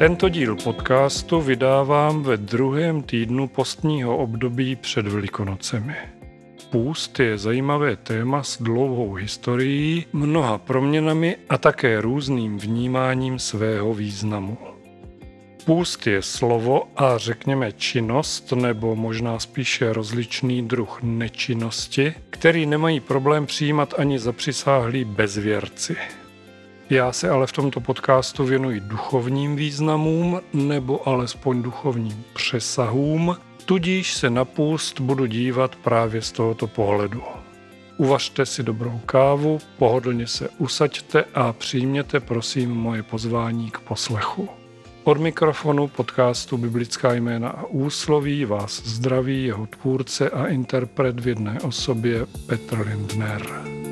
Tento díl podcastu vydávám ve druhém týdnu postního období před Velikonocemi. Půst je zajímavé téma s dlouhou historií, mnoha proměnami a také různým vnímáním svého významu. Půst je slovo a řekněme činnost, nebo možná spíše rozličný druh nečinnosti, který nemají problém přijímat ani zapřisáhlí bezvěrci. Já se ale v tomto podcastu věnuji duchovním významům nebo alespoň duchovním přesahům, tudíž se na půst budu dívat právě z tohoto pohledu. Uvařte si dobrou kávu, pohodlně se usaďte a přijměte prosím moje pozvání k poslechu. Od mikrofonu podcastu Biblická jména a úsloví vás zdraví jeho tvůrce a interpret v jedné osobě Petr Lindner.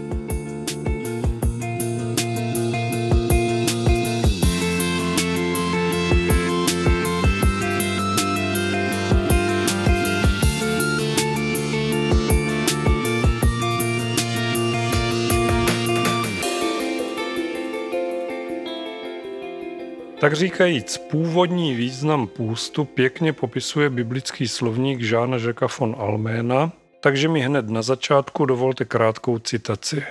Tak říkajíc, původní význam půstu pěkně popisuje biblický slovník Jeana-Jacquesa von Alména, takže mi hned na začátku dovolte krátkou citaci.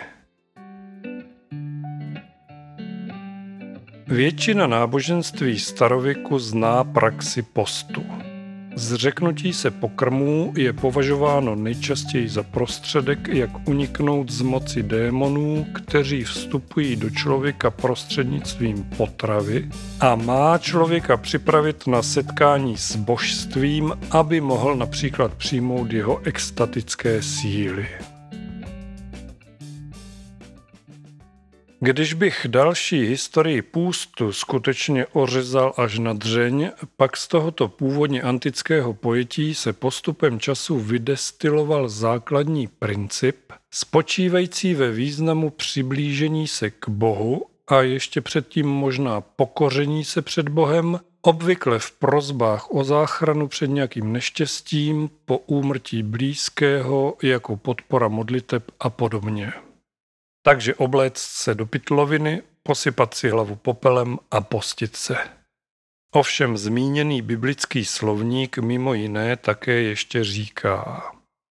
Většina náboženství starověku zná praxi postu. Zřeknutí se pokrmů je považováno nejčastěji za prostředek, jak uniknout z moci démonů, kteří vstupují do člověka prostřednictvím potravy a má člověka připravit na setkání s božstvím, aby mohl například přijmout jeho extatické síly. Když bych další historii půstu skutečně ořezal až na dřeň, pak z tohoto původně antického pojetí se postupem času vydestiloval základní princip, spočívající ve významu přiblížení se k Bohu a ještě předtím možná pokoření se před Bohem, obvykle v prosbách o záchranu před nějakým neštěstím, po úmrtí blízkého, jako podpora modliteb a podobně. Takže obléct se do pytloviny, posypat si hlavu popelem a postit se. Ovšem zmíněný biblický slovník mimo jiné také ještě říká: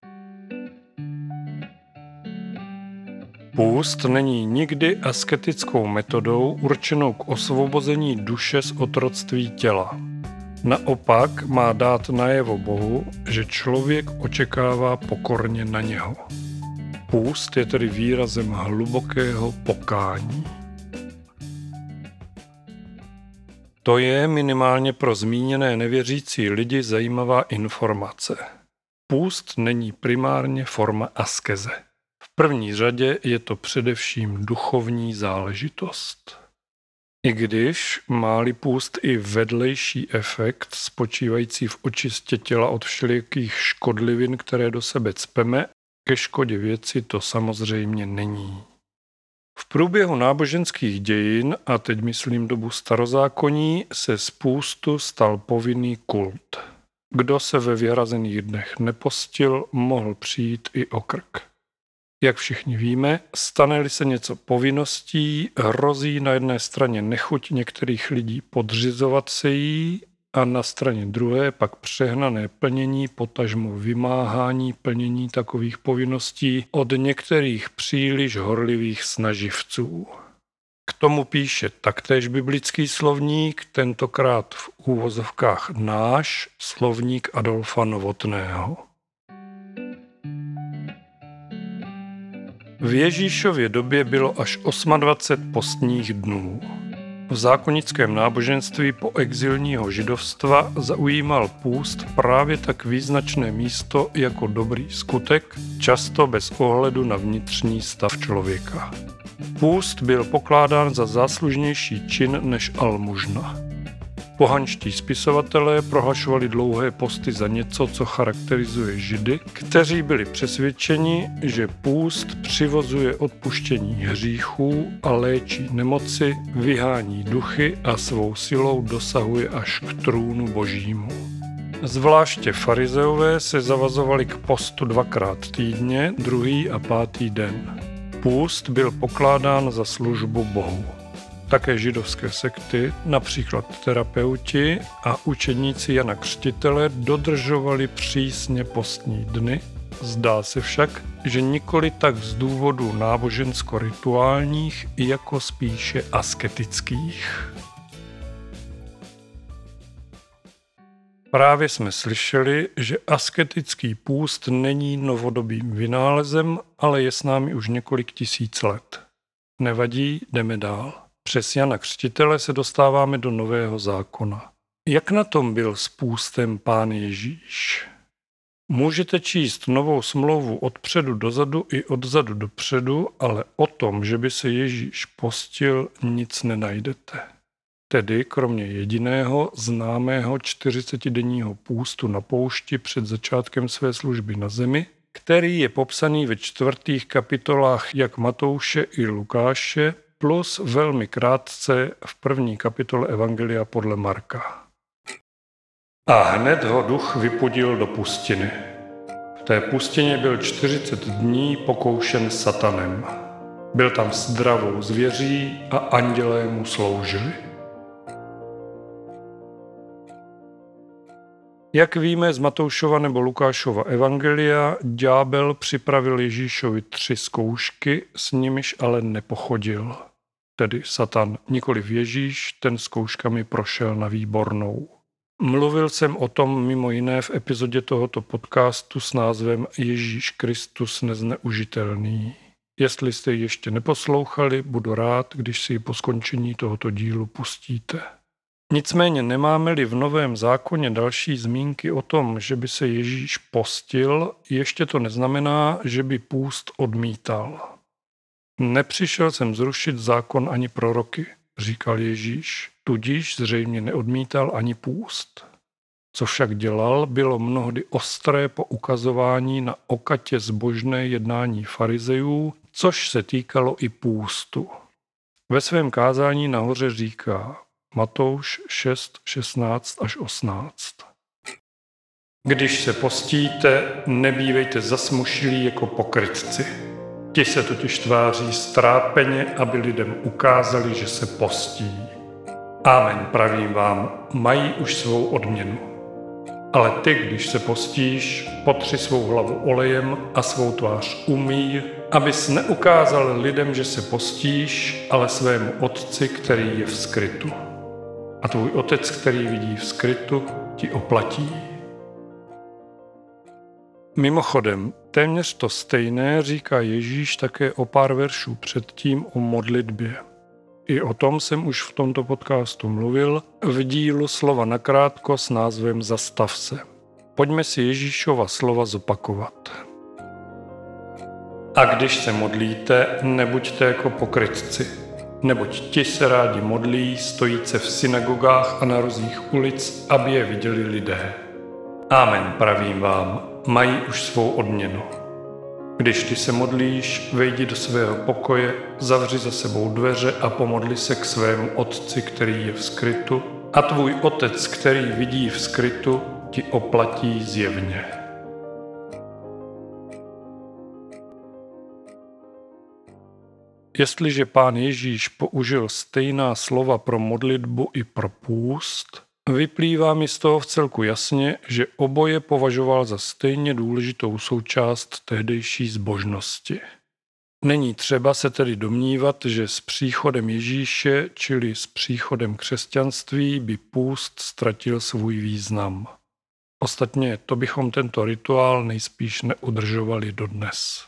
Půst není nikdy asketickou metodou určenou k osvobození duše z otroctví těla. Naopak má dát najevo Bohu, že člověk očekává pokorně na něho. Půst je tedy výrazem hlubokého pokání. To je minimálně pro zmíněné nevěřící lidi zajímavá informace. Půst není primárně forma askeze. V první řadě je to především duchovní záležitost. I když má-li půst i vedlejší efekt, spočívající v očistě těla od všelijakých škodlivin, které do sebe cpeme, ke škodě věci to samozřejmě není. V průběhu náboženských dějin, a teď myslím dobu starozákonní, se z půstu stal povinný kult. Kdo se ve vyhrazených dnech nepostil, mohl přijít i o krk. Jak všichni víme, stane-li se něco povinností, hrozí na jedné straně nechuť některých lidí podřizovat se jí, a na straně druhé pak přehnané plnění, potažmo vymáhání plnění takových povinností od některých příliš horlivých snaživců. K tomu píše taktéž biblický slovník, tentokrát v úvozovkách náš slovník Adolfa Novotného. V Ježíšově době bylo až 28 postních dnů. V zákonickém náboženství po exilního židovstva zaujímal půst právě tak význačné místo jako dobrý skutek, často bez ohledu na vnitřní stav člověka. Půst byl pokládán za záslužnější čin než almužna. Pohanští spisovatelé prohlašovali dlouhé posty za něco, co charakterizuje Židy, kteří byli přesvědčeni, že půst přivozuje odpuštění hříchů a léčí nemoci, vyhání duchy a svou silou dosahuje až k trůnu božímu. Zvláště farizeové se zavazovali k postu 2krát týdně, druhý a pátý den. Půst byl pokládán za službu Bohu. Také židovské sekty, například terapeuti a učeníci Jana Křtitele, dodržovali přísně postní dny. Zdá se však, že nikoli tak z důvodu nábožensko-rituálních, jako spíše asketických. Právě jsme slyšeli, že asketický půst není novodobým vynálezem, ale je s námi už několik tisíc let. Nevadí, jdeme dál. Přes Jana Křtitele se dostáváme do Nového zákona. Jak na tom byl s půstem Pán Ježíš? Můžete číst Novou smlouvu odpředu dozadu i odzadu dopředu, ale o tom, že by se Ježíš postil, nic nenajdete. Tedy kromě jediného známého 40denního půstu na poušti před začátkem své služby na zemi, který je popsaný ve 4. kapitolách jak Matouše i Lukáše, plus velmi krátce v 1. kapitole Evangelia podle Marka. A hned ho duch vypudil do pustiny. V té pustině byl 40 dní pokoušen satanem. Byl tam s dravou zvěří a andělé mu sloužili. Jak víme z Matoušova nebo Lukášova evangelia, ďábel připravil Ježíšovi 3 zkoušky, s nimiž ale nepochodil. Tedy Satan, nikoliv Ježíš, ten zkouškami prošel na výbornou. Mluvil jsem o tom mimo jiné v epizodě tohoto podcastu s názvem Ježíš Kristus nezneužitelný. Jestli jste ji ještě neposlouchali, budu rád, když si ji po skončení tohoto dílu pustíte. Nicméně nemáme-li v Novém zákoně další zmínky o tom, že by se Ježíš postil, ještě to neznamená, že by půst odmítal. Nepřišel jsem zrušit zákon ani proroky, říkal Ježíš, tudíž zřejmě neodmítal ani půst. Co však dělal, bylo mnohdy ostré poukazování na okatě zbožné jednání farizejů, což se týkalo i půstu. Ve svém kázání nahoře říká Matouš 6, 16 až 18. Když se postíte, nebývejte zasmušilí jako pokrytci. Ti se totiž tváří strápeně, aby lidem ukázali, že se postí. Amen, pravím vám, mají už svou odměnu. Ale ty, když se postíš, potři svou hlavu olejem a svou tvář umyj, abys neukázal lidem, že se postíš, ale svému Otci, který je v skrytu. A tvůj Otec, který vidí v skrytu, ti oplatí. Mimochodem, téměř to stejné říká Ježíš také o pár veršů předtím o modlitbě. I o tom jsem už v tomto podcastu mluvil v dílu Slova nakrátko s názvem Zastav se. Pojďme si Ježíšova slova zopakovat. A když se modlíte, nebuďte jako pokrytci, neboť ti se rádi modlí, stojíce v synagogách a na rozích ulic, aby je viděli lidé. Amen, pravím vám, mají už svou odměnu. Když ty se modlíš, vejdi do svého pokoje, zavři za sebou dveře a pomodli se k svému Otci, který je v skrytu, a tvůj Otec, který vidí v skrytu, ti oplatí zjevně. Jestliže Pán Ježíš použil stejná slova pro modlitbu i pro půst, vyplývá mi z toho vcelku jasně, že oboje považoval za stejně důležitou součást tehdejší zbožnosti. Není třeba se tedy domnívat, že s příchodem Ježíše, čili s příchodem křesťanství, by půst ztratil svůj význam. Ostatně to bychom tento rituál nejspíš neudržovali dodnes.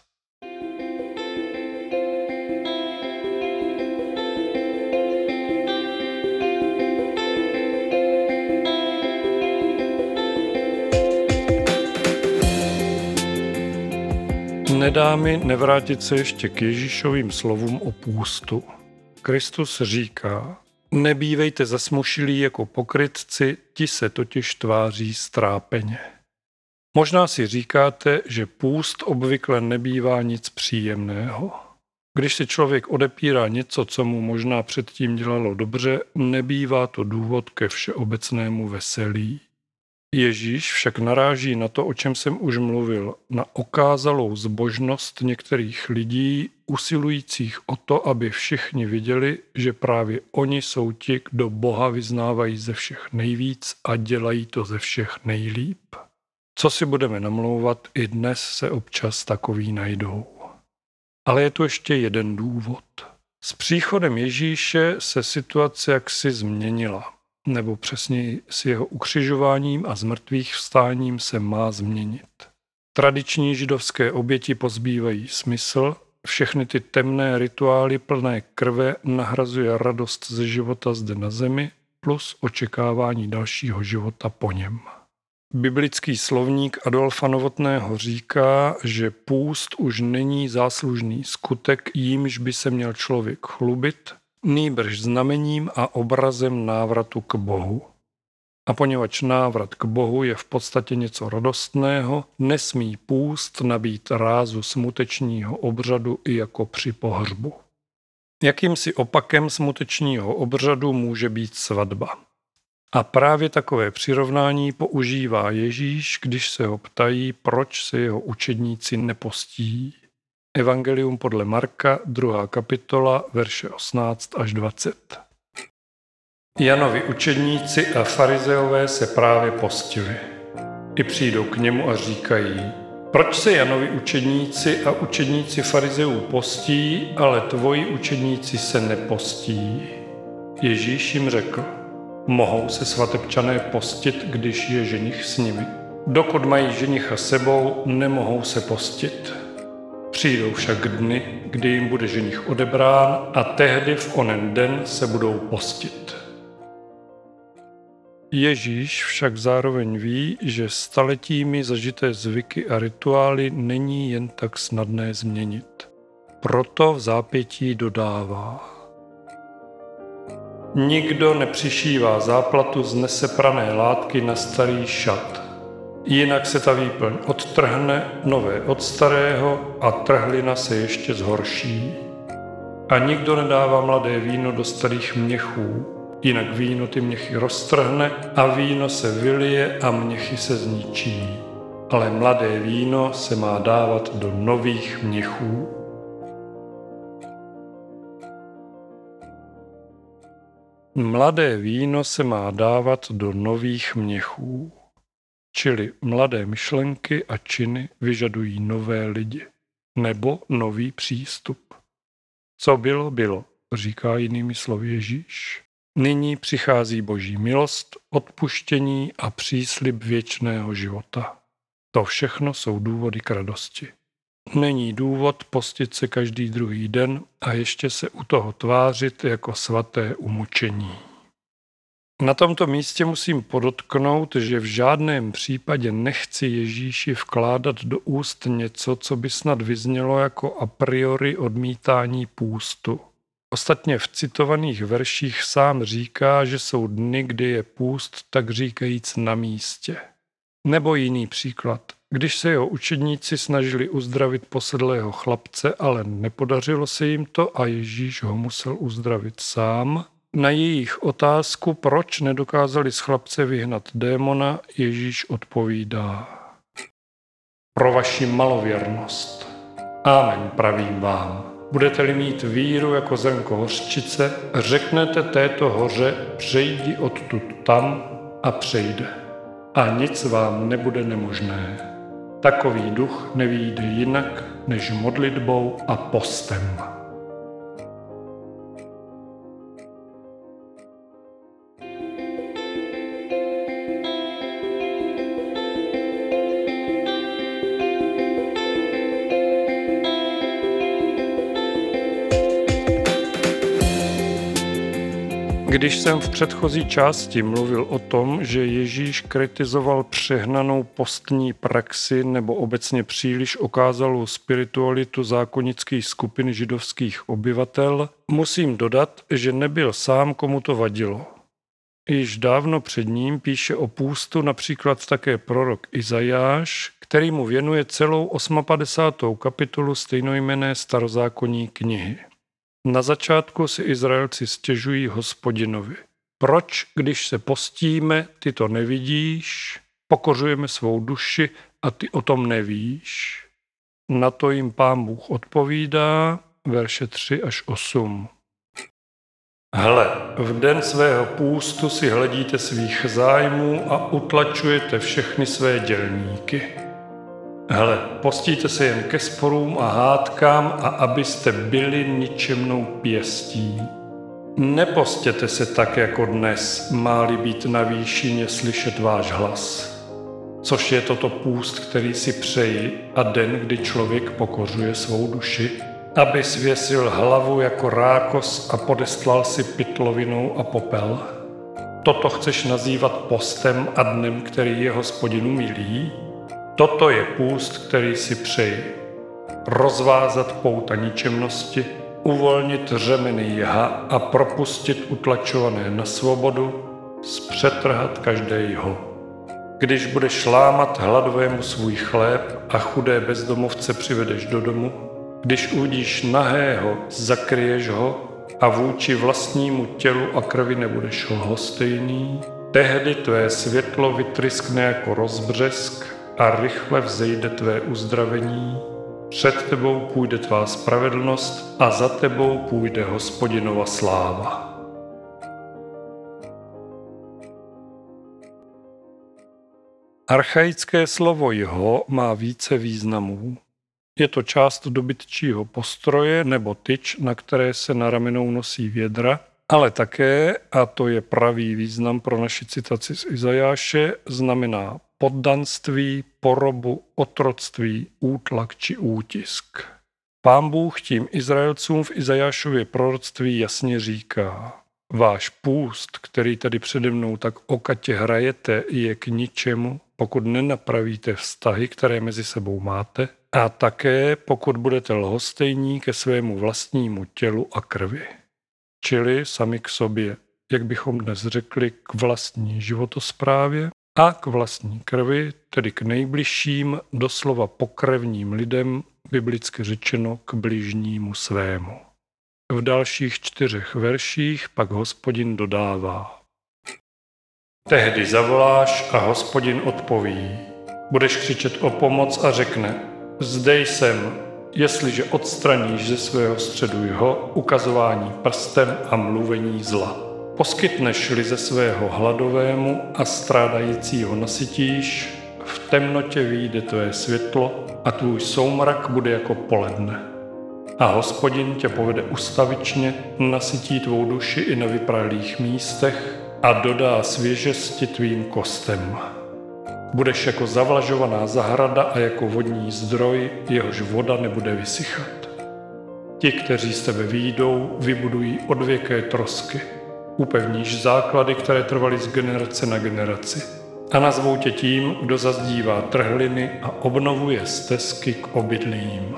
Nedá mi nevrátit se ještě k Ježíšovým slovům o půstu. Kristus říká, nebývejte zasmušilí jako pokrytci, ti se totiž tváří strápeně. Možná si říkáte, že půst obvykle nebývá nic příjemného. Když si člověk odepírá něco, co mu možná předtím dělalo dobře, nebývá to důvod ke všeobecnému veselí. Ježíš však naráží na to, o čem jsem už mluvil, na okázalou zbožnost některých lidí, usilujících o to, aby všichni viděli, že právě oni jsou ti, kdo Boha vyznávají ze všech nejvíc a dělají to ze všech nejlíp. Co si budeme namlouvat, i dnes se občas takový najdou. Ale je tu ještě jeden důvod. S příchodem Ježíše se situace jaksi změnila, nebo přesněji s jeho ukřižováním a zmrtvých vstáním se má změnit. Tradiční židovské oběti pozbývají smysl, všechny ty temné rituály plné krve nahrazuje radost ze života zde na zemi plus očekávání dalšího života po něm. Biblický slovník Adolfa Novotného říká, že půst už není záslužný skutek, jímž by se měl člověk chlubit, nýbrž znamením a obrazem návratu k Bohu. A poněvadž návrat k Bohu je v podstatě něco radostného, nesmí půst nabít rázu smutečního obřadu i jako při pohřbu. Jakýmsi opakem smutečního obřadu může být svatba. A právě takové přirovnání používá Ježíš, když se ho ptají, proč se jeho učedníci nepostí. Evangelium podle Marka, 2. kapitola, verše 18 až 20. Janovi učedníci a farizeové se právě postili. I přijdou k němu a říkají, proč se Janovi učedníci a učedníci farizeů postí, ale tvoji učedníci se nepostí? Ježíš jim řekl, mohou se svatebčané postit, když je ženich s nimi. Dokud mají ženicha sebou, nemohou se postit. Přijdou však dny, kdy jim bude ženich odebrán a tehdy v onen den se budou postit. Ježíš však zároveň ví, že staletími zažité zvyky a rituály není jen tak snadné změnit. Proto v zápětí dodává. Nikdo nepřišívá záplatu z neseprané látky na starý šat. Jinak se ta výplň odtrhne, nové od starého a trhlina se ještě zhorší. A nikdo nedává mladé víno do starých měchů, jinak víno ty měchy roztrhne a víno se vylije a měchy se zničí. Ale mladé víno se má dávat do nových měchů. Mladé víno se má dávat do nových měchů, čili mladé myšlenky a činy vyžadují nové lidi, nebo nový přístup. Co bylo, bylo, říká jinými slovy Ježíš. Nyní přichází Boží milost, odpuštění a příslib věčného života. To všechno jsou důvody k radosti. Není důvod postit se každý druhý den a ještě se u toho tvářit jako svaté umučení. Na tomto místě musím podotknout, že v žádném případě nechci Ježíši vkládat do úst něco, co by snad vyznělo jako a priori odmítání půstu. Ostatně v citovaných verších sám říká, že jsou dny, kdy je půst tak říkajíc na místě. Nebo jiný příklad. Když se jeho učedníci snažili uzdravit posedlého chlapce, ale nepodařilo se jim to a Ježíš ho musel uzdravit sám, na jejich otázku, proč nedokázali z chlapce vyhnat démona, Ježíš odpovídá. Pro vaši malověrnost. Amen, pravím vám. Budete-li mít víru jako zrnko hořčice, řeknete této hoře, přejdi odtud tam a přejde. A nic vám nebude nemožné. Takový duch nevyjde jinak než modlitbou a postem. Když jsem v předchozí části mluvil o tom, že Ježíš kritizoval přehnanou postní praxi nebo obecně příliš okázalou spiritualitu zákonických skupin židovských obyvatel, musím dodat, že nebyl sám, komu to vadilo. Již dávno před ním píše o půstu například také prorok Izajáš, který mu věnuje celou 58. kapitolu stejnojmenné starozákonní knihy. Na začátku si Izraelci stěžují Hospodinovi. Proč, když se postíme, ty to nevidíš? pokořujeme svou duši a ty o tom nevíš? Na to jim Pán Bůh odpovídá, verše 3 až 8. Hle, v den svého půstu si hledíte svých zájmů a utlačujete všechny své dělníky. Hle, postíte se jen ke sporům a hádkám a abyste byli ničemnou pěstí. Nepostěte se tak jako dnes, má-li být na výšině slyšet váš hlas. Což je toto půst, který si přeji a den, kdy člověk pokořuje svou duši, aby svěsil hlavu jako rákos a podestlal si pytlovinou a popel. Toto chceš nazývat postem a dnem, který je Hospodinu milý? Toto je půst, který si přeji. Rozvázat pouta ničemnosti, uvolnit řemeny jha a propustit utlačované na svobodu, zpřetrhat každé jho. Když budeš lámat hladovému svůj chléb a chudé bezdomovce přivedeš do domu, když uvidíš nahého, zakryješ ho a vůči vlastnímu tělu a krvi nebudeš lhostejný, tehdy tvé světlo vytryskne jako rozbřesk a rychle vzejde tvé uzdravení. Před tebou půjde tvá spravedlnost a za tebou půjde Hospodinova sláva. Archaické slovo Jho má více významů. Je to část dobytčího postroje nebo tyč, na které se na ramenou nosí vědra, ale také, a to je pravý význam pro naši citaci z Izajáše, znamená poddanství, porobu, otroctví, útlak či útisk. Pán Bůh tím Izraelcům v Izajášově proroctví jasně říká: váš půst, který tady přede mnou tak okatě hrajete, je k ničemu, pokud nenapravíte vztahy, které mezi sebou máte, a také pokud budete lhostejní ke svému vlastnímu tělu a krvi. Čili sami k sobě, jak bychom dnes řekli, k vlastní životosprávě a k vlastní krvi, tedy k nejbližším, doslova pokrevním lidem, biblicky řečeno k bližnímu svému. V dalších 4 verších pak Hospodin dodává: tehdy zavoláš a Hospodin odpoví. Budeš křičet o pomoc a řekne: zde jsem, jestliže odstraníš ze svého středu jeho ukazování prstem a mluvení zla. Poskytneš-li ze svého hladovému a strádajícího nasytíš, v temnotě vyjde tvé světlo a tvůj soumrak bude jako poledne. A Hospodin tě povede ustavičně, nasytí tvou duši i na vyprahlých místech a dodá svěžesti tvým kostem. Budeš jako zavlažovaná zahrada a jako vodní zdroj, jehož voda nebude vysychat. Ti, kteří z tebe vyjdou, vybudují odvěké trosky. Upevníš základy, které trvaly z generace na generaci. A nazvou tě tím, kdo zazdívá trhliny a obnovuje stezky k obydlím.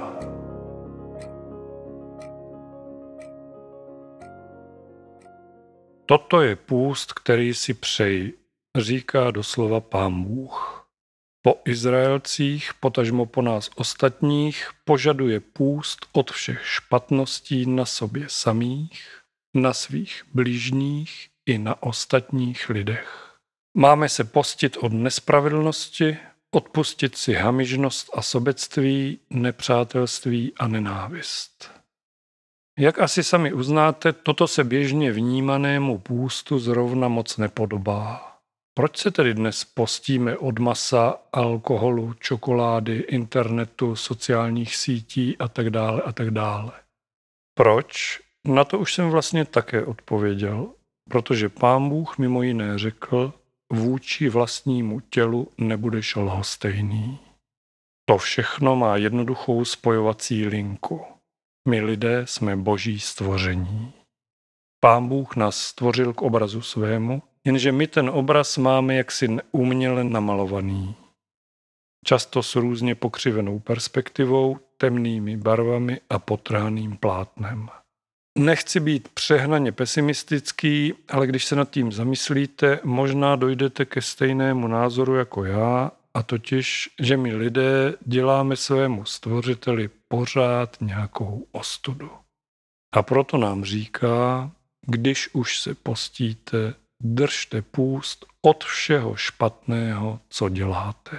Toto je půst, který si přeji, říká doslova Pán Bůh. Po Izraelcích, potažmo po nás ostatních, požaduje půst od všech špatností na sobě samých, na svých bližních i na ostatních lidech. Máme se postit od nespravedlnosti, odpustit si hamižnost a sobectví, nepřátelství a nenávist. Jak asi sami uznáte, toto se běžně vnímanému půstu zrovna moc nepodobá. Proč se tedy dnes postíme od masa, alkoholu, čokolády, internetu, sociálních sítí a tak dále a tak dále? Proč? Na to už jsem vlastně také odpověděl, protože Pán Bůh mimo jiné řekl: vůči vlastnímu tělu nebudeš lhostejný. To všechno má jednoduchou spojovací linku. My lidé jsme boží stvoření. Pán Bůh nás stvořil k obrazu svému, jenže my ten obraz máme jaksi uměle namalovaný. Často s různě pokřivenou perspektivou, temnými barvami a potrhaným plátnem. Nechci být přehnaně pesimistický, ale když se nad tím zamyslíte, možná dojdete ke stejnému názoru jako já, a totiž, že my lidé děláme svému stvořiteli pořád nějakou ostudu. A proto nám říká: když už se postíte, držte půst od všeho špatného, co děláte.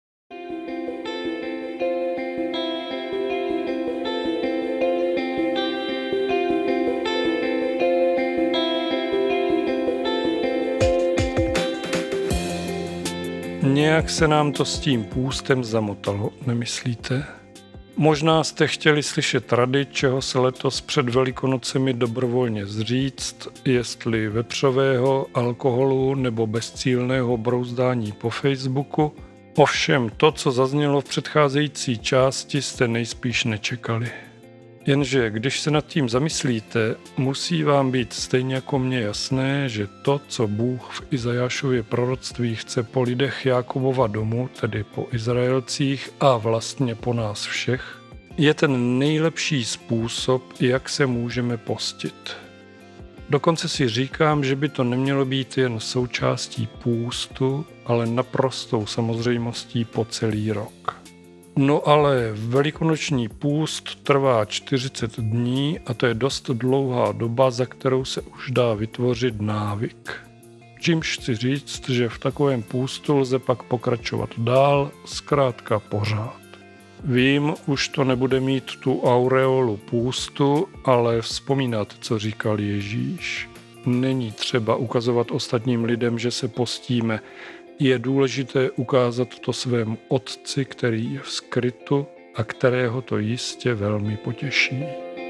Nějak se nám to s tím půstem zamotalo, nemyslíte? Možná jste chtěli slyšet rady, čeho se letos před Velikonocemi dobrovolně zříct, jestli vepřového, alkoholu nebo bezcílného brouzdání po Facebooku. Ovšem to, co zaznělo v předcházející části, jste nejspíš nečekali. Jenže když se nad tím zamyslíte, musí vám být stejně jako mně jasné, že to, co Bůh v Izajášově proroctví chce po lidech Jákobova domu, tedy po Izraelcích a vlastně po nás všech, je ten nejlepší způsob, jak se můžeme postit. Dokonce si říkám, že by to nemělo být jen součástí půstu, ale naprostou samozřejmostí po celý rok. No ale velikonoční půst trvá 40 dní a to je dost dlouhá doba, za kterou se už dá vytvořit návyk. Čímž chci říct, že v takovém půstu lze pak pokračovat dál, zkrátka pořád. Vím, už to nebude mít tu aureolu půstu, ale vzpomínat, co říkal Ježíš. Není třeba ukazovat ostatním lidem, že se postíme. Je důležité ukázat to svému otci, který je v skrytu a kterého to jistě velmi potěší.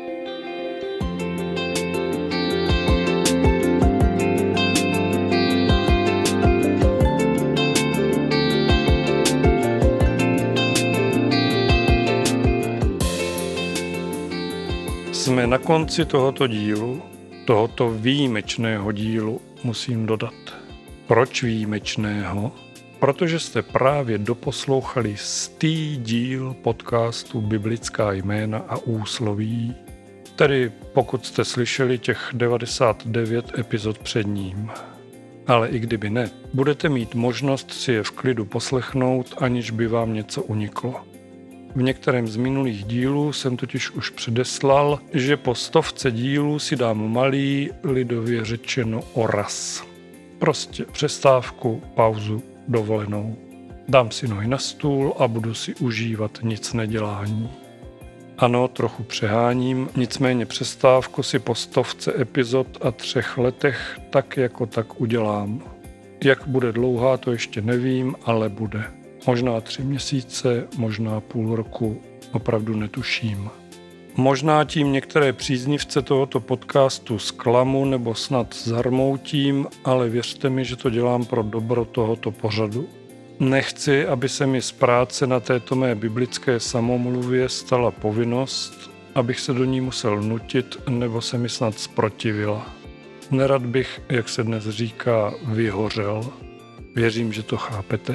Jsme na konci tohoto dílu, tohoto výjimečného dílu, musím dodat. Proč výjimečného? Protože jste právě doposlouchali 100. díl podcastu Biblická jména a úsloví. Tedy pokud jste slyšeli těch 99 epizod před ním. Ale i kdyby ne, budete mít možnost si je v klidu poslechnout, aniž by vám něco uniklo. V některém z minulých dílů jsem totiž už předeslal, že po 100 dílů si dám malý, lidově řečeno oraz. Prostě přestávku, pauzu, dovolenou. Dám si nohy na stůl a budu si užívat nic nedělání. Ano, trochu přeháním, nicméně přestávku si po 100 epizod a 3 letech tak jako tak udělám. Jak bude dlouhá, to ještě nevím, ale bude. Možná 3 měsíce, možná půl roku, opravdu netuším. Možná tím některé příznivce tohoto podcastu zklamu nebo snad zarmoutím, ale věřte mi, že to dělám pro dobro tohoto pořadu. Nechci, aby se mi z práce na této mé biblické samomluvě stala povinnost, abych se do ní musel nutit nebo se mi snad zprotivila. Nerad bych, jak se dnes říká, vyhořel. Věřím, že to chápete.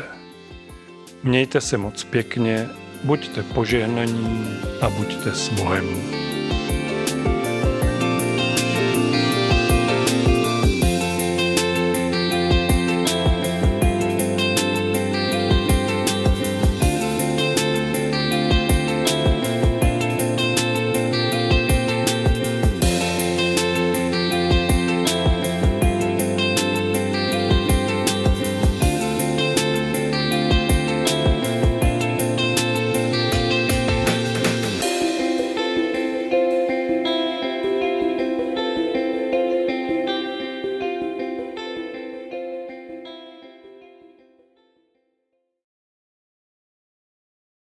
Mějte se moc pěkně, buďte požehnaní a buďte s Bohem.